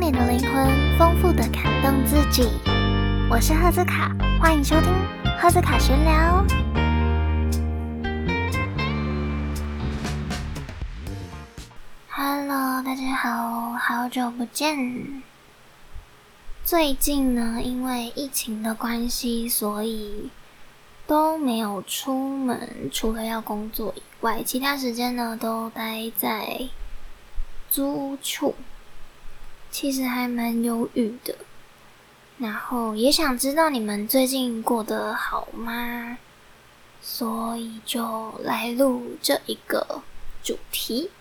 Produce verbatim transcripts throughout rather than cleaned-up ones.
美的灵魂，丰富的感动自己。我是赫兹卡，欢迎收听赫兹卡闲聊。Hello， 大家好，好久不见。最近呢，因为疫情的关系，所以都没有出门，除了要工作以外，其他时间呢都待在租屋处。其实还蛮忧郁的，然后也想知道你们最近过得好吗？所以就来录这一个主题。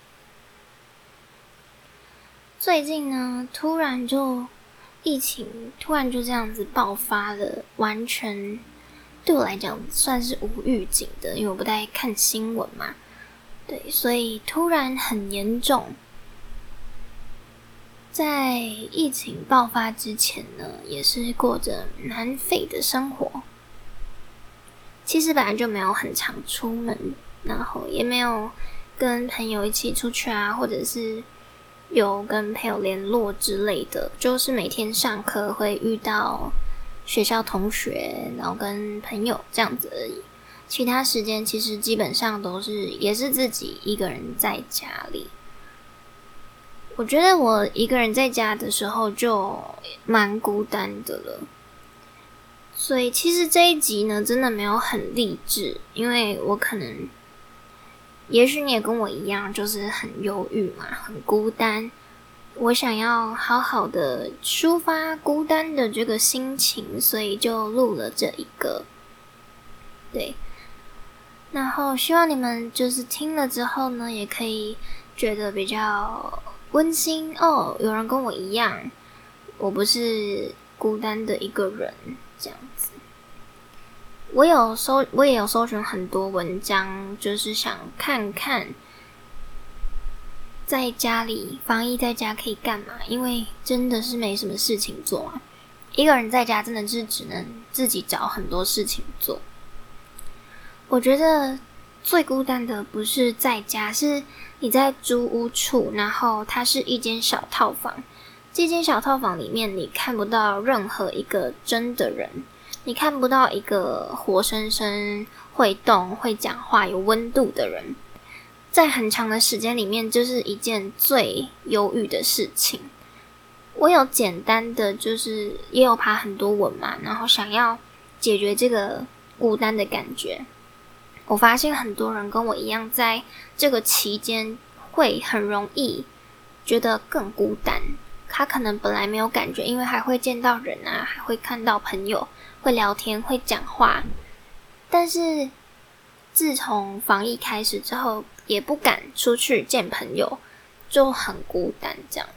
最近呢，突然就疫情突然就这样子爆发了，完全对我来讲算是无预警的，因为我不太看新闻嘛，对，所以突然很严重。在疫情爆发之前呢，也是过着蛮废的生活。其实本来就没有很常出门，然后也没有跟朋友一起出去啊，或者是有跟朋友联络之类的，就是每天上课会遇到学校同学，然后跟朋友这样子而已。其他时间其实基本上都是也是自己一个人在家里。我觉得我一个人在家的时候就蛮孤单的了，所以其实这一集呢真的没有很励志，因为我可能也许你也跟我一样，就是很忧郁嘛，很孤单，我想要好好的抒发孤单的这个心情，所以就录了这一个，对，然后希望你们就是听了之后呢也可以觉得比较温馨哦，有人跟我一样，我不是孤单的一个人，这样子。我有搜，我也有搜寻很多文章，就是想看看在家里防疫在家可以干嘛，因为真的是没什么事情做啊。一个人在家真的是只能自己找很多事情做。我觉得最孤单的不是在家，是你在租屋处，然后它是一间小套房。这间小套房里面你看不到任何一个真的人，你看不到一个活生生会动、会讲话、有温度的人。在很长的时间里面，这是一件最忧郁的事情。我有简单的就是也有爬很多文嘛，然后想要解决这个孤单的感觉。我发现很多人跟我一样，在这个期间会很容易觉得更孤单。他可能本来没有感觉，因为还会见到人啊，还会看到朋友，会聊天，会讲话。但是自从防疫开始之后，也不敢出去见朋友，就很孤单这样。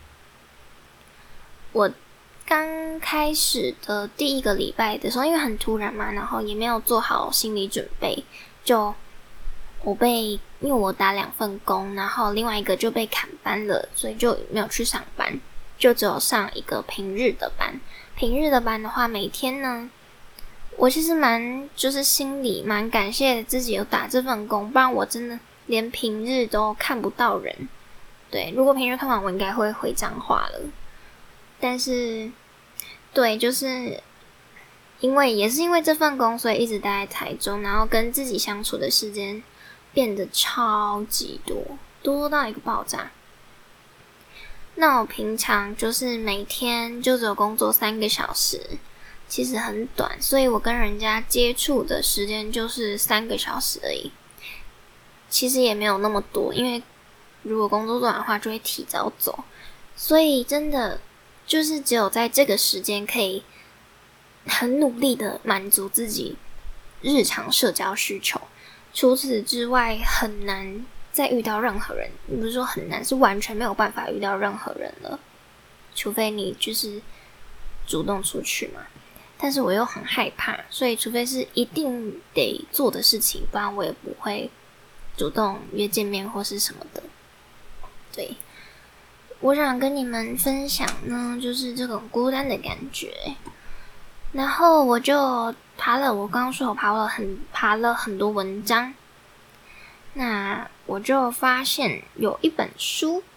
我刚开始的第一个礼拜的时候，因为很突然嘛，然后也没有做好心理准备，就我被因为我打两份工，然后另外一个就被砍班了，所以就没有去上班，就只有上一个平日的班。平日的班的话，每天呢，我其实蛮就是心里蛮感谢自己有打这份工，不然我真的连平日都看不到人。对，如果平日看完，我应该会回彰化了。但是对，就是因为也是因为这份工，所以一直待在台中，然后跟自己相处的时间变得超级多，多到一个爆炸。那我平常就是每天就只有工作三个小时，其实很短，所以我跟人家接触的时间就是三个小时而已。其实也没有那么多，因为如果工作做完的话，就会提早走，所以真的就是只有在这个时间可以很努力的满足自己日常社交需求。除此之外，很难再遇到任何人，不是说很难，是完全没有办法遇到任何人了，除非你就是主动出去嘛。但是我又很害怕，所以除非是一定得做的事情，不然我也不会主动约见面或是什么的。对，我想跟你们分享呢，就是这种孤单的感觉。然后我就爬了，我刚刚说我爬了很爬了很多文章，那我就发现有一本书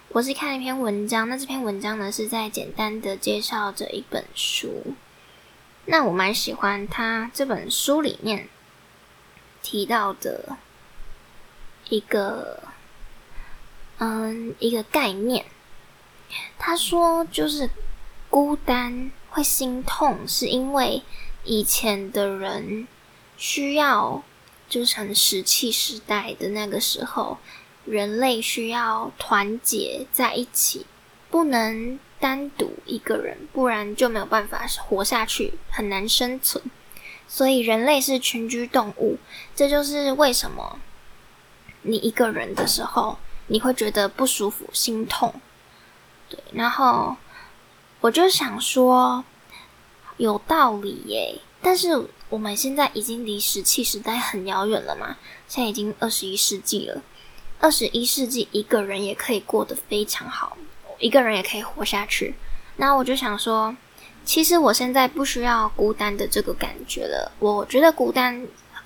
我是看了一篇文章，那这篇文章呢是在简单的介绍这一本书。那我蛮喜欢他这本书里面提到的一个嗯一个概念。他说就是孤单会心痛，是因为以前的人需要，就是很石器时代的那个时候，人类需要团结在一起，不能单独一个人，不然就没有办法活下去，很难生存。所以人类是群居动物，这就是为什么你一个人的时候，你会觉得不舒服、心痛。对，然后我就想说，有道理耶。但是我们现在已经离石器时代很遥远了嘛，现在已经二十一世纪了。二十一世纪一个人也可以过得非常好，一个人也可以活下去。那我就想说，其实我现在不需要孤单的这个感觉了。我觉得孤单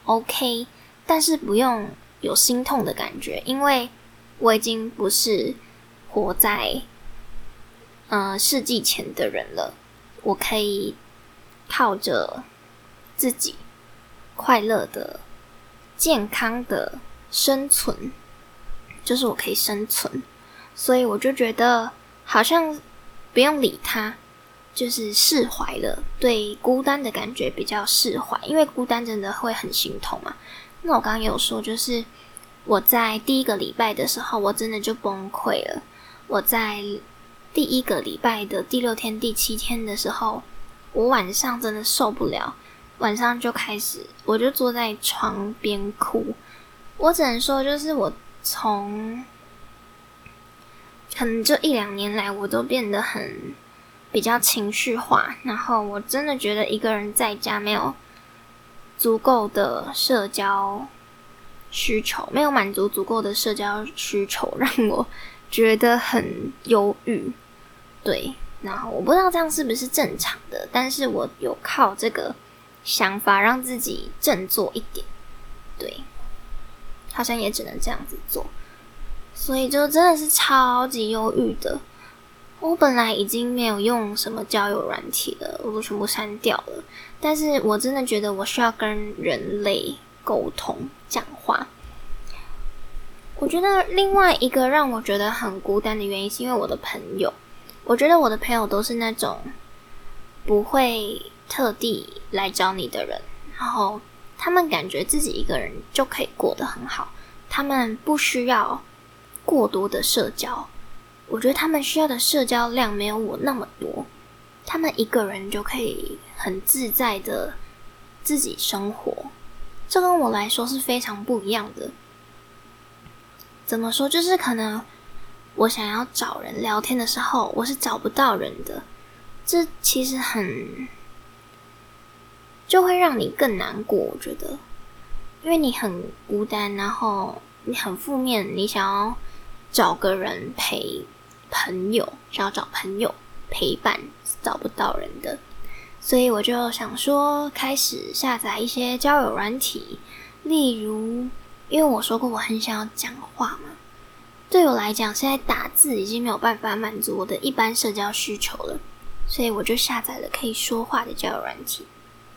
OK， 但是不用有心痛的感觉，因为我已经不是活在呃世纪前的人了。我可以靠着自己快乐的、健康的生存，就是我可以生存，所以我就觉得好像不用理他，就是释怀了，对孤单的感觉比较释怀，因为孤单真的会很心痛嘛。那我刚刚有说，就是我在第一个礼拜的时候，我真的就崩溃了。我在第一个礼拜的第六天、第七天的时候，我晚上真的受不了，晚上就开始，我就坐在床边哭。我只能说，就是我从可能这一两年来，我都变得很比较情绪化，然后我真的觉得一个人在家没有足够的社交需求，没有满足足够的社交需求，让我觉得很忧郁。对，然后我不知道这样是不是正常的，但是我有靠这个想法让自己振作一点。对，好像也只能这样子做，所以就真的是超级忧郁的。我本来已经没有用什么交友软体了，我都全部删掉了，但是我真的觉得我需要跟人类沟通讲话。我觉得另外一个让我觉得很孤单的原因是因为我的朋友，我觉得我的朋友都是那种不会特地来找你的人，然后他们感觉自己一个人就可以过得很好，他们不需要过多的社交。我觉得他们需要的社交量没有我那么多，他们一个人就可以很自在的自己生活，这跟我来说是非常不一样的。怎么说，就是可能我想要找人聊天的时候，我是找不到人的，这其实很就会让你更难过，我觉得，因为你很孤单，然后你很负面，你想要找个人陪朋友，想要找朋友陪伴，是找不到人的，所以我就想说，开始下载一些交友软体，例如，因为我说过我很想要讲话嘛，对我来讲，现在打字已经没有办法满足我的一般社交需求了，所以我就下载了可以说话的交友软体。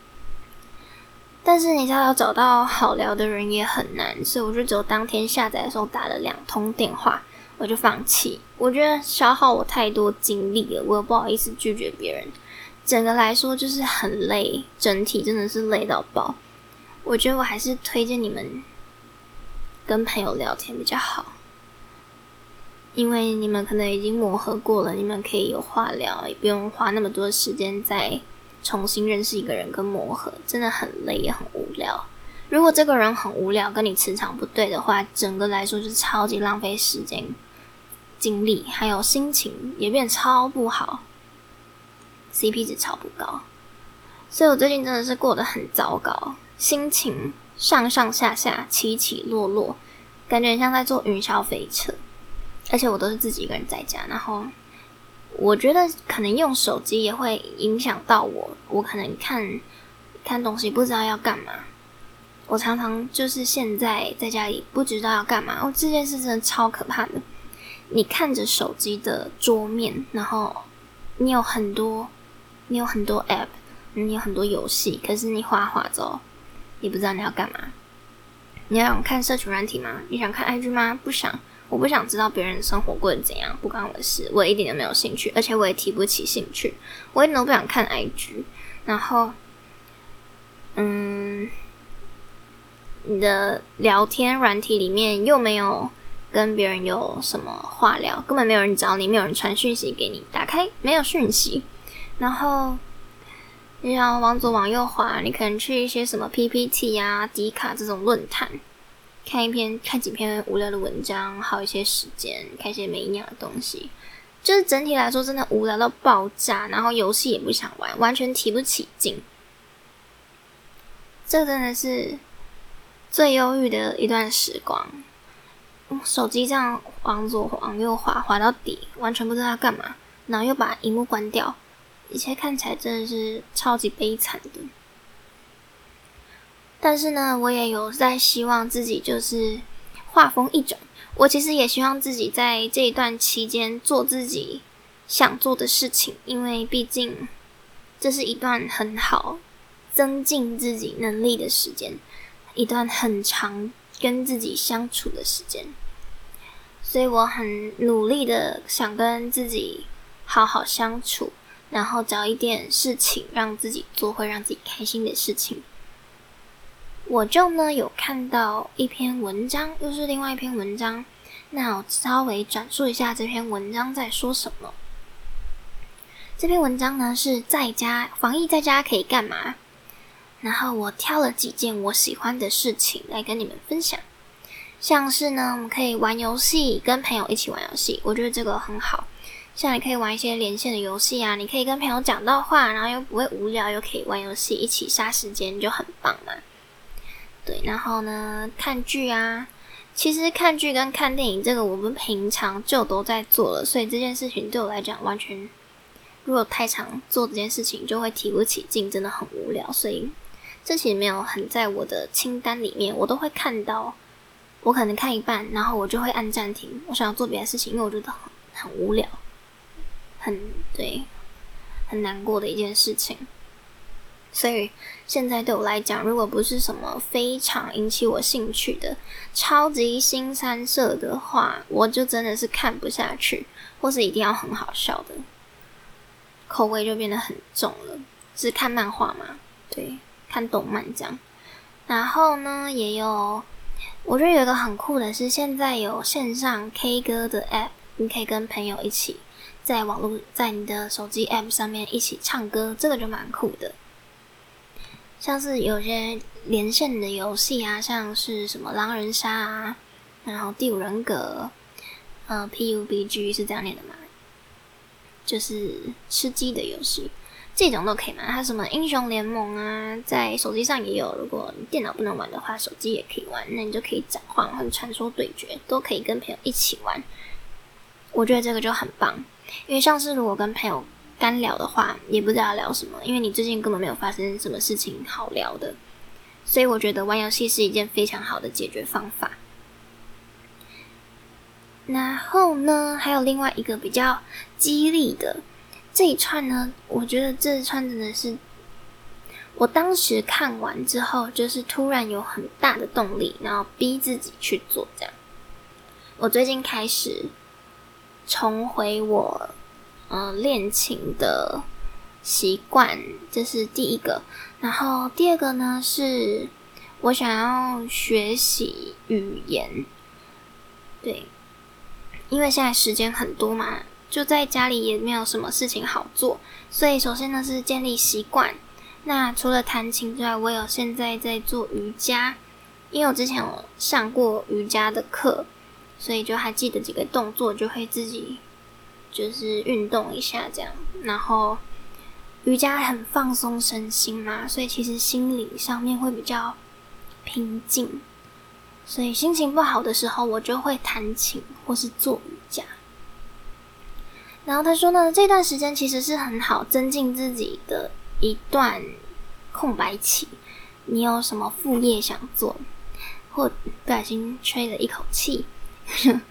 但是你知道要找到好聊的人也很难，所以我就只有当天下载的时候打了两通电话，我就放弃。我觉得消耗我太多精力了，我也不好意思拒绝别人。整个来说就是很累，整体真的是累到爆。我觉得我还是推荐你们跟朋友聊天比较好，因为你们可能已经磨合过了，你们可以有话聊，也不用花那么多时间再重新认识一个人跟磨合，真的很累也很无聊。如果这个人很无聊，跟你磁场不对的话，整个来说就是超级浪费时间、精力，还有心情也变超不好 ，C P 值超不高。所以我最近真的是过得很糟糕，心情上上下下、起起落落，感觉很像在坐云霄飞车。而且我都是自己一个人在家，然后我觉得可能用手机也会影响到我，我可能看看东西不知道要干嘛。我常常就是现在在家里不知道要干嘛，哦，这件事真的超可怕的。 你看着手机的桌面，然后你有很多你有很多 app， 你有很多游戏，可是你滑滑之后你不知道你要干嘛。你想看社群软体吗？你想看 I G 吗？不想。我不想知道别人生活过得怎样，不关我的事，我一点都没有兴趣，而且我也提不起兴趣，我一点都不想看 I G。然后嗯你的聊天软体里面又没有跟别人有什么话聊，根本没有人找你，没有人传讯息给你，打开没有讯息。然后你想往左往右滑，你可能去一些什么 P P T 啊、迪卡这种论坛，看一篇看几篇无聊的文章，耗一些时间，看一些没营养的东西，就是整体来说真的无聊到爆炸，然后游戏也不想玩，完全提不起劲。这真的是最忧郁的一段时光。手机这样往左往右滑，滑到底，完全不知道要干嘛，然后又把萤幕关掉，一切看起来真的是超级悲惨的。但是呢，我也有在希望自己就是画风一转，我其实也希望自己在这一段期间做自己想做的事情，因为毕竟这是一段很好增进自己能力的时间，一段很长跟自己相处的时间，所以我很努力的想跟自己好好相处，然后找一点事情让自己做会让自己开心的事情。我就呢有看到一篇文章，又是另外一篇文章，那我稍微转述一下这篇文章在说什么。这篇文章呢是在家防疫在家可以干嘛，然后我挑了几件我喜欢的事情来跟你们分享。像是呢我们可以玩游戏，跟朋友一起玩游戏，我觉得这个很好。像你可以玩一些连线的游戏啊，你可以跟朋友讲到话，然后又不会无聊，又可以玩游戏一起杀时间，就很棒嘛。对，然后呢看剧啊，其实看剧跟看电影这个我们平常就都在做了，所以这件事情对我来讲完全，如果太常做这件事情就会提不起劲，真的很无聊，所以这其实没有很在我的清单里面，我都会看到，我可能看一半，然后我就会按暂停，我想要做别的事情，因为我觉得很很无聊，很对，很难过的一件事情。所以现在对我来讲，如果不是什么非常引起我兴趣的超级新三色的话，我就真的是看不下去，或是一定要很好笑的，口味就变得很重了。是看漫画嘛，对，看动漫这样。然后呢也有，我觉得有一个很酷的是，现在有线上 K 歌的 app， 你可以跟朋友一起在网络在你的手机 app 上面一起唱歌，这个就蛮酷的。像是有些连线的游戏啊，像是什么狼人杀啊，然后第五人格，呃 P U B G 是这样念的嘛，就是吃鸡的游戏，这种都可以玩。还有什么英雄联盟啊，在手机上也有，如果你电脑不能玩的话，手机也可以玩，那你就可以转换，或者传说对决都可以跟朋友一起玩。我觉得这个就很棒，因为像是如果跟朋友干聊的话，也不知道要聊什么，因为你最近根本没有发生什么事情好聊的，所以我觉得玩游戏是一件非常好的解决方法。然后呢还有另外一个比较激励的这一串呢，我觉得这一串真的是我当时看完之后就是突然有很大的动力，然后逼自己去做这样。我最近开始重回我呃练琴的习惯，这是第一个。然后第二个呢是我想要学习语言，对，因为现在时间很多嘛，就在家里也没有什么事情好做，所以首先呢是建立习惯。那除了弹琴之外，我有现在在做瑜伽，因为我之前有上过瑜伽的课，所以就还记得几个动作，就会自己就是运动一下这样。然后瑜伽很放松身心嘛，所以其实心理上面会比较平静，所以心情不好的时候我就会弹琴或是做瑜伽。然后他说呢，这段时间其实是很好增进自己的一段空白期，你有什么副业想做，或不小心吹了一口气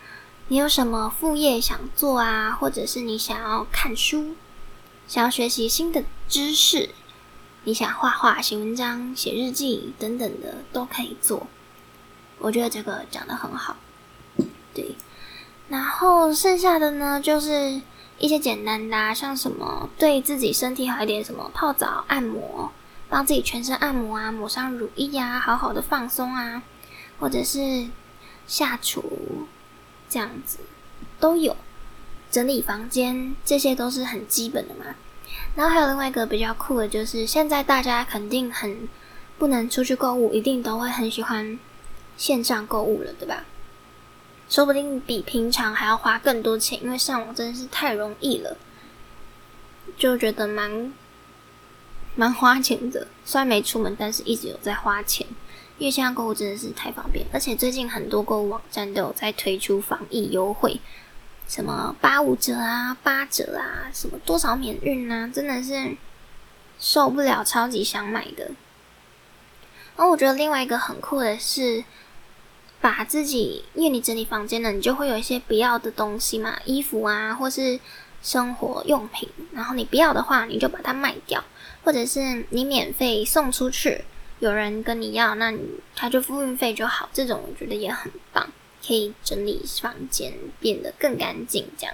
你有什么副业想做啊，或者是你想要看书，想要学习新的知识，你想画画、写文章、写日记等等的都可以做。我觉得这个讲得很好。对，然后剩下的呢就是一些简单的啊，像什么对自己身体好一点，什么泡澡、按摩，帮自己全身按摩啊，抹上乳液啊，好好的放松啊，或者是下厨这样子都有。整理房间，这些都是很基本的嘛。然后还有另外一个比较酷的，就是现在大家肯定很不能出去购物，一定都会很喜欢线上购物了，对吧？说不定比平常还要花更多钱，因为上网真的是太容易了，就觉得蛮蛮花钱的。虽然没出门，但是一直有在花钱，因为线上购物真的是太方便。而且最近很多购物网站都有在推出防疫优惠，什么八五折啊、八折啊，什么多少免运啊，真的是受不了，超级想买的。然后我觉得另外一个很酷的是，把自己，因为你整理房间了，你就会有一些不要的东西嘛，衣服啊，或是生活用品，然后你不要的话，你就把它卖掉，或者是你免费送出去，有人跟你要，那你他就付运费就好，这种我觉得也很棒，可以整理房间变得更干净，这样。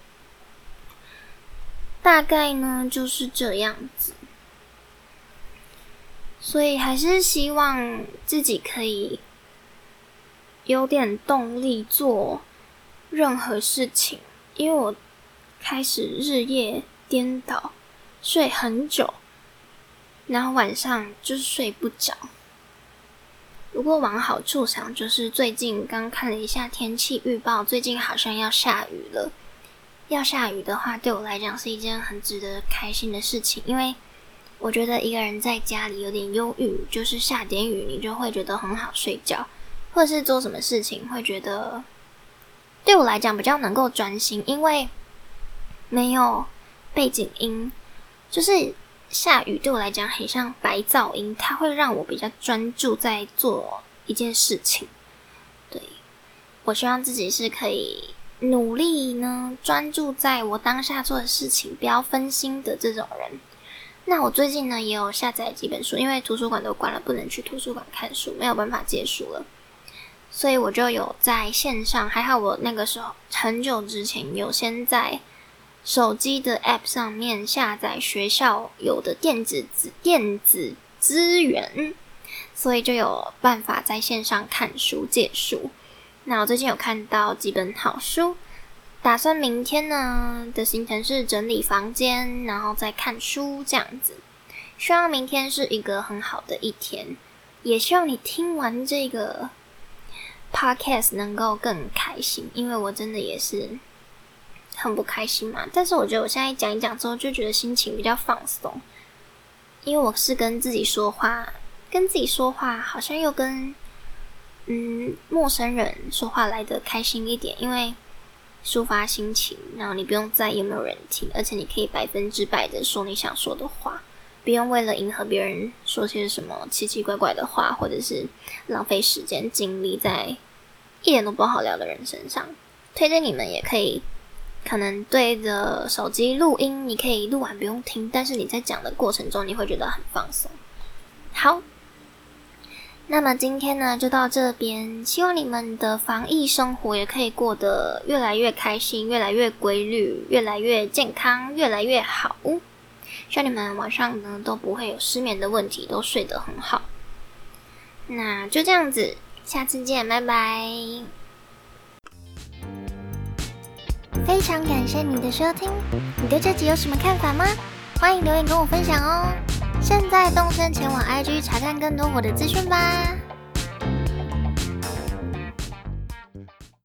大概呢就是这样子，所以还是希望自己可以有点动力做任何事情，因为我开始日夜颠倒，睡很久，然后晚上就是睡不着。不过往好处想，就是最近刚看了一下天气预报，最近好像要下雨了。要下雨的话，对我来讲是一件很值得开心的事情，因为我觉得一个人在家里有点忧郁，就是下点雨你就会觉得很好睡觉，或者是做什么事情会觉得对我来讲比较能够专心，因为没有背景音，就是下雨对我来讲很像白噪音，它会让我比较专注在做一件事情。对，我希望自己是可以努力呢，专注在我当下做的事情，不要分心的这种人。那我最近呢也有下载几本书，因为图书馆都关了，不能去图书馆看书，没有办法借书了，所以我就有在线上，还好我那个时候很久之前有先在手机的 App 上面下载学校有的电子资电子资源，所以就有办法在线上看书借书。那我最近有看到几本好书，打算明天呢的行程是整理房间，然后再看书这样子。希望明天是一个很好的一天，也希望你听完这个 podcast 能够更开心，因为我真的也是很不开心嘛。但是我觉得我现在讲一讲之后，就觉得心情比较放松，因为我是跟自己说话，跟自己说话好像又跟嗯陌生人说话来得开心一点，因为抒发心情，然后你不用在意有没有人听，而且你可以百分之百的说你想说的话，不用为了迎合别人说些什么奇奇怪怪的话，或者是浪费时间精力在一点都不好聊的人身上。推荐你们也可以可能对着手机录音，你可以录完不用听，但是你在讲的过程中你会觉得很放松。好，那么今天呢就到这边，希望你们的防疫生活也可以过得越来越开心，越来越规律，越来越健康，越来越好。希望你们晚上呢都不会有失眠的问题，都睡得很好。那就这样子，下次见，拜拜。非常感谢你的收听，你对这集有什么看法吗？欢迎留言跟我分享哦。现在动身前往 I G 查看更多我的资讯吧。